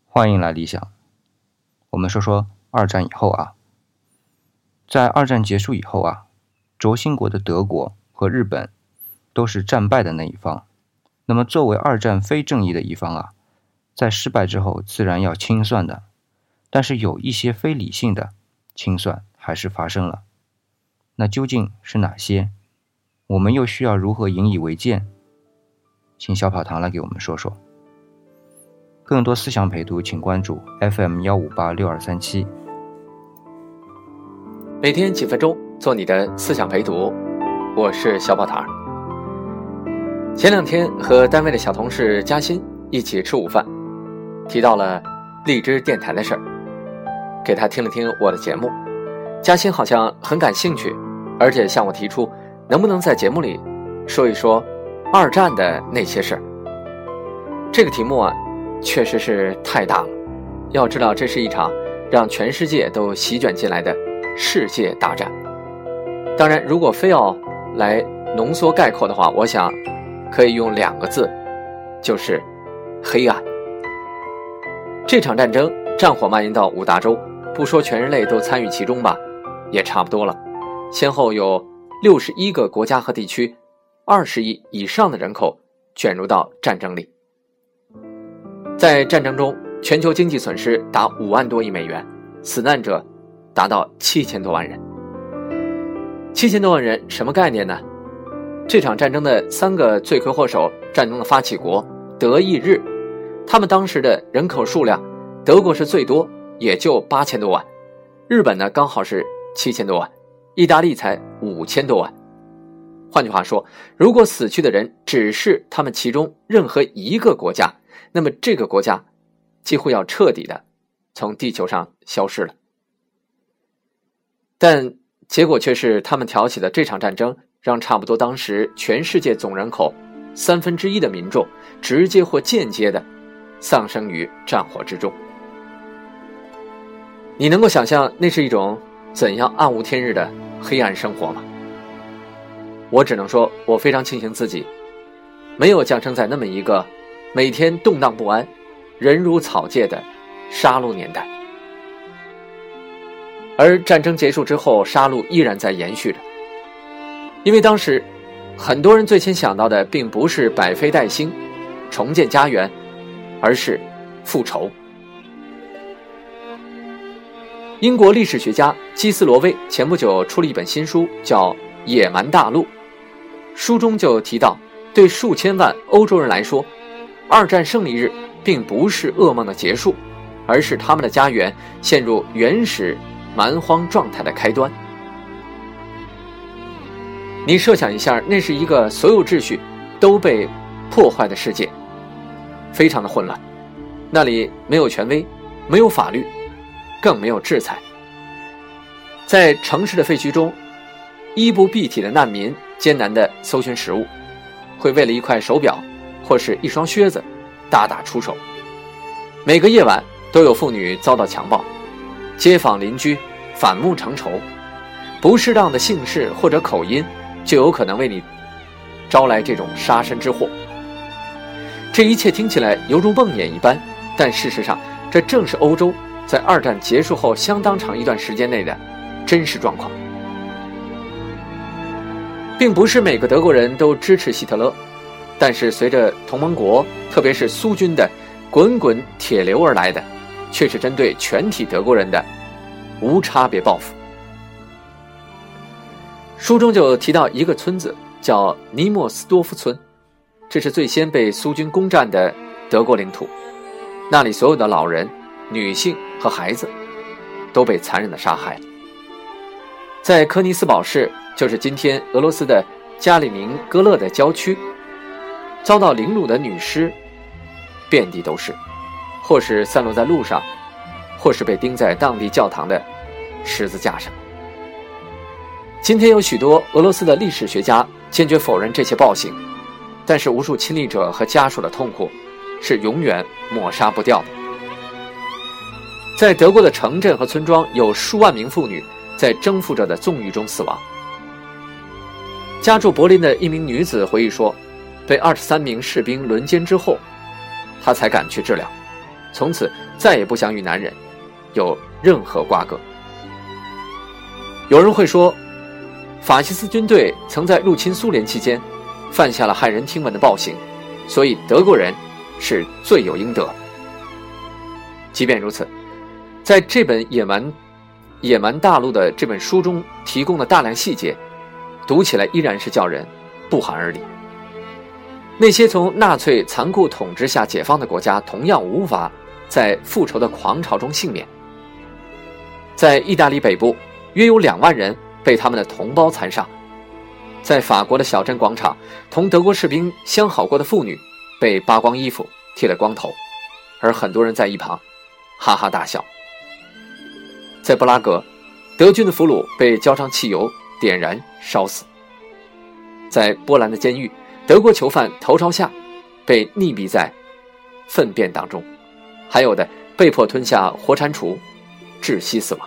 欢迎来理想。我们说说二战以后啊，在二战结束以后啊，轴心国的德国和日本都是战败的那一方。那么作为二战非正义的一方啊，在失败之后自然要清算的，但是有一些非理性的清算还是发生了。那究竟是哪些？我们又需要如何引以为鉴？请小跑堂来给我们说说。更多思想陪读请关注 FM1586237。 每天几分钟，做你的思想陪读，我是小跑堂。前两天和单位的小同事嘉欣一起吃午饭，提到了荔枝电台的事儿，给他听了听我的节目。嘉欣好像很感兴趣，而且向我提出能不能在节目里说一说二战的那些事儿。这个题目啊，确实是太大了。要知道，这是一场让全世界都席卷进来的世界大战。当然，如果非要来浓缩概括的话，我想可以用2个字，就是黑暗。这场战争战火蔓延到5大洲，不说全人类都参与其中吧，也差不多了。先后有61个国家和地区，20亿以上的人口卷入到战争里。在战争中，全球经济损失达5万多亿美元，死难者达到7000多万人。7000多万人什么概念呢？这场战争的3个罪魁祸首，战争的发起国德意日，他们当时的人口数量，德国是最多，也就8000多万，日本呢刚好是7000多万，意大利才5000多万。换句话说，如果死去的人只是他们其中任何一个国家，那么这个国家几乎要彻底的从地球上消失了。但结果却是他们挑起的这场战争，让差不多当时全世界总人口1/3的民众直接或间接的丧生于战火之中。你能够想象那是一种怎样暗无天日的黑暗生活吗？我只能说，我非常庆幸自己没有降生在那么一个每天动荡不安、人如草芥的杀戮年代。而战争结束之后，杀戮依然在延续着。因为当时很多人最先想到的并不是百废待兴、重建家园，而是复仇。英国历史学家基斯罗威前不久出了一本新书，叫《野蛮大陆》。书中就提到，对数千万欧洲人来说，二战胜利日并不是噩梦的结束，而是他们的家园陷入原始蛮荒状态的开端。你设想一下，那是一个所有秩序都被破坏的世界，非常的混乱，那里没有权威，没有法律，更没有制裁。在城市的废墟中，衣不蔽体的难民艰难地搜寻食物，会为了一块手表或是一双靴子大打出手。每个夜晚都有妇女遭到强暴，街坊邻居反目成仇，不适当的姓氏或者口音就有可能为你招来这种杀身之祸。这一切听起来犹如梦魇一般，但事实上这正是欧洲在二战结束后相当长一段时间内的真实状况。并不是每个德国人都支持希特勒，但是随着同盟国，特别是苏军的滚滚铁流而来的，却是针对全体德国人的无差别报复。书中就提到一个村子叫尼莫斯多夫村，这是最先被苏军攻占的德国领土，那里所有的老人、女性和孩子都被残忍地杀害了。在科尼斯堡市，就是今天俄罗斯的加里宁格勒的郊区，遭到凌辱的女尸遍地都是，或是散落在路上，或是被钉在当地教堂的十字架上。今天有许多俄罗斯的历史学家坚决否认这些暴行，但是无数亲历者和家属的痛苦是永远抹杀不掉的。在德国的城镇和村庄，有数万名妇女在征服者的纵欲中死亡。家住柏林的一名女子回忆说，被23名士兵轮奸之后，她才敢去治疗， 从此再也不想与男人有任何瓜葛。有人会说，法西斯军队曾在入侵苏联期间犯下了骇人听闻的暴行，所以德国人是罪有应得。即便如此，在这本野蛮大陆的这本书中提供的大量细节，读起来依然是叫人不寒而栗。那些从纳粹残酷统治下解放的国家同样无法在复仇的狂潮中幸免。在意大利北部，约有2万人被他们的同胞残杀。在法国的小镇广场，同德国士兵相好过的妇女被扒光衣服，剃了光头，而很多人在一旁哈哈大笑。在布拉格，德军的俘虏被浇上汽油点燃烧死。在波兰的监狱，德国囚犯头朝下被溺毙在粪便当中，还有的被迫吞下活蟾蜍窒息死亡。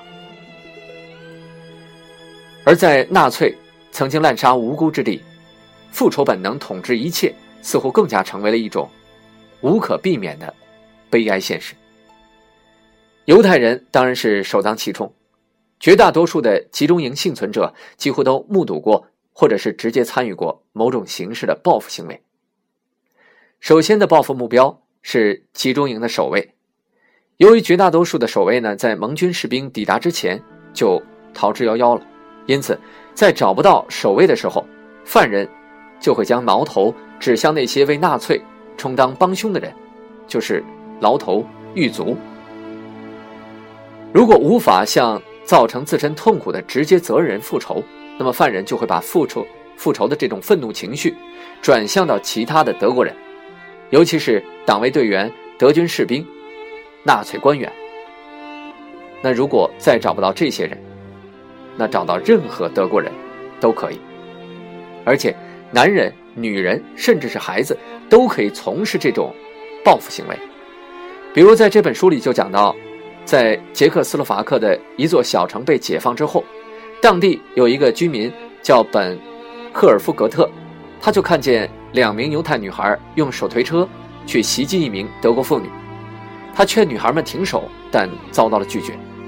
而在纳粹曾经滥杀无辜之地，复仇本能统治一切似乎更加成为了一种无可避免的悲哀现实。犹太人当然是首当其冲，绝大多数的集中营幸存者几乎都目睹过或者是直接参与过某种形式的报复行为。首先的报复目标是集中营的守卫，由于绝大多数的守卫呢，在盟军士兵抵达之前就逃之夭夭了，因此在找不到守卫的时候，犯人就会将矛头指向那些为纳粹充当帮凶的人，就是牢头狱卒。如果无法向造成自身痛苦的直接责任人复仇，那么犯人就会把复仇的这种愤怒情绪转向到其他的德国人，尤其是党卫队员、德军士兵、纳粹官员。那如果再找不到这些人，那找到任何德国人都可以，而且男人、女人甚至是孩子都可以从事这种报复行为。比如在这本书里就讲到，在捷克斯洛伐克的一座小城被解放之后，当地有一个居民叫本赫尔夫格特，他就看见2名犹太女孩用手推车去袭击一名德国妇女，他劝女孩们停手，但遭到了拒绝。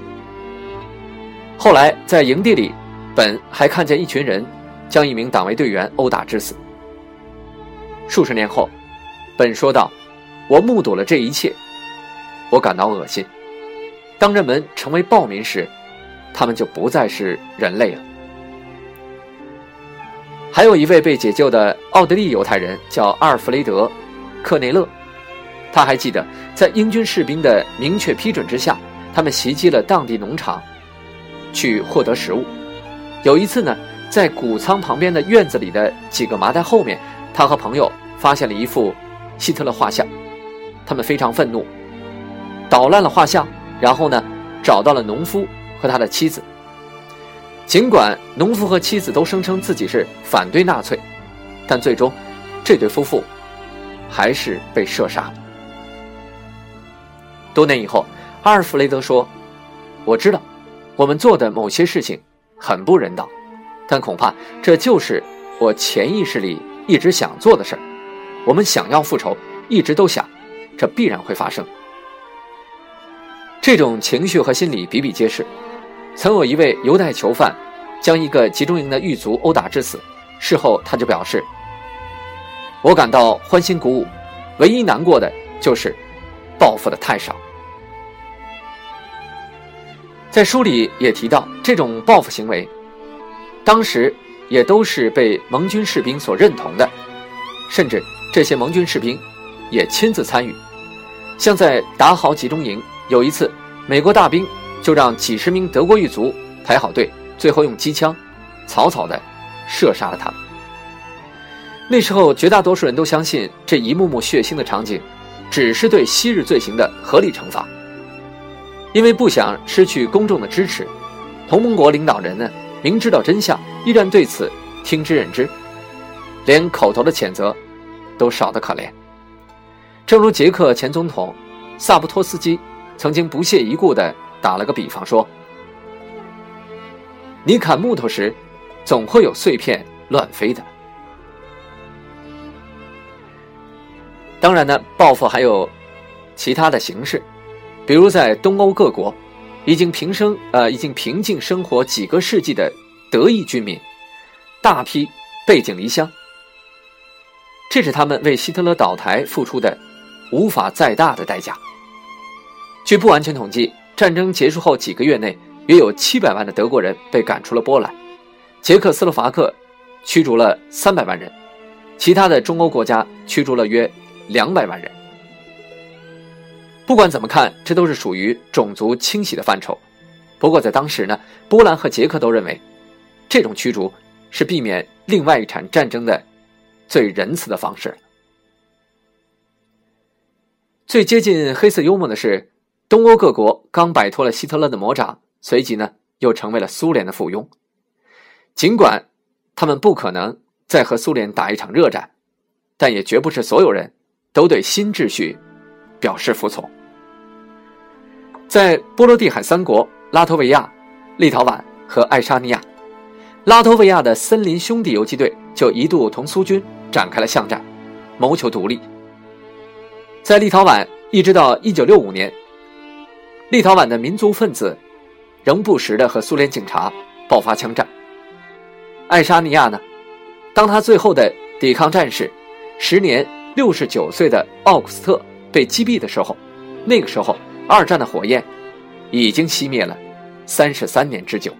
后来在营地里，本还看见一群人将一名党卫队员殴打致死。数十年后，本说道，我目睹了这一切，我感到恶心。当人们成为暴民时，他们就不再是人类了。还有一位被解救的奥地利犹太人叫阿尔弗雷德·克内勒，他还记得在英军士兵的明确批准之下，他们袭击了当地农场去获得食物。有一次呢，在谷仓旁边的院子里的几个麻袋后面，他和朋友发现了一幅希特勒画像，他们非常愤怒，捣烂了画像，然后呢，找到了农夫和他的妻子。尽管农夫和妻子都声称自己是反对纳粹，但最终这对夫妇还是被射杀了。多年以后，阿尔弗雷德说，我知道我们做的某些事情很不人道，但恐怕这就是我潜意识里一直想做的事儿。我们想要复仇，一直都想，这必然会发生。这种情绪和心理比比皆是。曾有一位犹太囚犯将一个集中营的狱卒殴打致死，事后他就表示，我感到欢欣鼓舞，唯一难过的就是报复的太少。在书里也提到，这种报复行为当时也都是被盟军士兵所认同的，甚至这些盟军士兵也亲自参与。像在达豪集中营，有一次美国大兵就让几十名德国狱卒排好队，最后用机枪草草地射杀了他们。那时候绝大多数人都相信这一幕幕血腥的场景只是对昔日罪行的合理惩罚。因为不想失去公众的支持，同盟国领导人呢，明知道真相依然对此听之任之，连口头的谴责都少得可怜。正如捷克前总统萨布托斯基曾经不屑一顾地打了个比方说，你砍木头时总会有碎片乱飞的。当然呢，报复还有其他的形势，比如在东欧各国已经平静生活几个世纪的德裔居民，大批背井离乡，这是他们为希特勒倒台付出的无法再大的代价。据不完全统计，战争结束后几个月内，约有700万的德国人被赶出了波兰，捷克斯洛伐克驱逐了300万人，其他的中欧国家驱逐了约200万人。不管怎么看，这都是属于种族清洗的范畴。不过在当时呢，波兰和捷克都认为，这种驱逐是避免另外一场战争的最仁慈的方式。最接近黑色幽默的是，东欧各国刚摆脱了希特勒的魔掌，随即呢又成为了苏联的附庸。尽管他们不可能再和苏联打一场热战，但也绝不是所有人都对新秩序表示服从。在波罗的海3国拉脱维亚、立陶宛和爱沙尼亚，拉脱维亚的森林兄弟游击队就一度同苏军展开了巷战，谋求独立。在立陶宛，一直到1965年，立陶宛的民族分子仍不时地和苏联警察爆发枪战。爱沙尼亚呢，当他最后的抵抗战士时年69岁的奥古斯特被击毙的时候，那个时候二战的火焰已经熄灭了33年之久。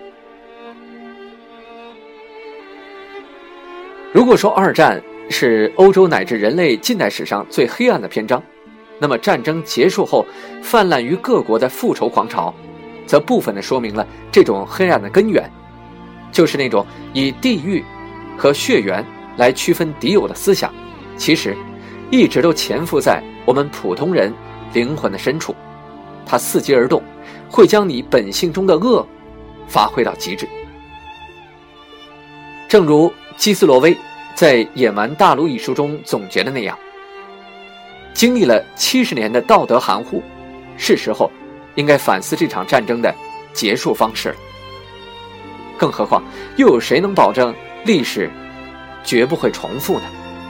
如果说二战是欧洲乃至人类近代史上最黑暗的篇章，那么战争结束后泛滥于各国的复仇狂潮，则部分地说明了这种黑暗的根源，就是那种以地域和血缘来区分敌友的思想，其实一直都潜伏在我们普通人灵魂的深处，它伺机而动，会将你本性中的恶发挥到极致。正如基斯罗威在《野蛮大陆》一书中总结的那样，经历了70年的道德含糊，是时候应该反思这场战争的结束方式了。更何况，又有谁能保证历史绝不会重复呢？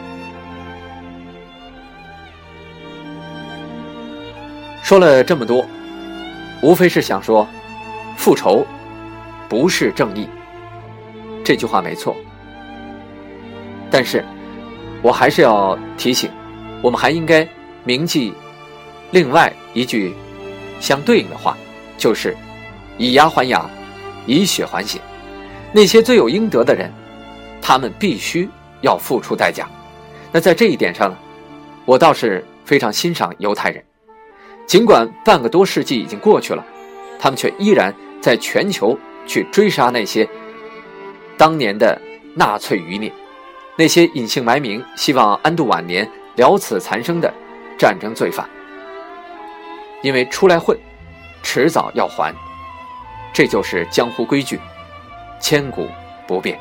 说了这么多，无非是想说，复仇不是正义。这句话没错，但是我还是要提醒，我们还应该铭记另外一句相对应的话，就是以牙还牙，以血还血。那些罪有应得的人，他们必须要付出代价。那在这一点上呢，我倒是非常欣赏犹太人，尽管半个多世纪已经过去了，他们却依然在全球去追杀那些当年的纳粹余孽，那些隐姓埋名希望安度晚年了此残生的战争罪犯。因为出来混，迟早要还，这就是江湖规矩，千古不变。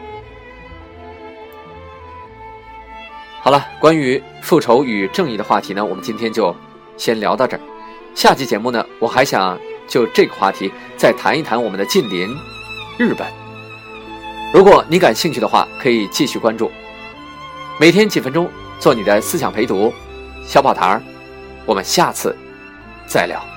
好了，关于复仇与正义的话题呢，我们今天就先聊到这儿。下期节目呢，我还想就这个话题再谈一谈我们的近邻日本。如果你感兴趣的话，可以继续关注。每天几分钟，做你的思想陪读，小宝堂，我们下次再聊。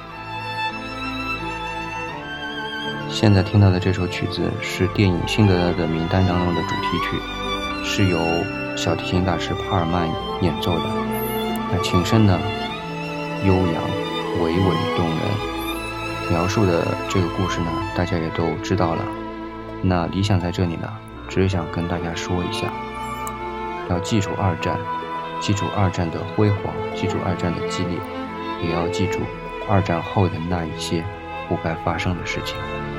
现在听到的这首曲子是电影《辛德勒的名单》当中的主题曲，是由小提琴大师帕尔曼演奏的。那琴声呢，悠扬娓娓动人。描述的这个故事呢，大家也都知道了。那理想在这里呢，只想跟大家说一下，要记住二战，记住二战的辉煌，记住二战的激烈，也要记住二战后的那一些不该发生的事情。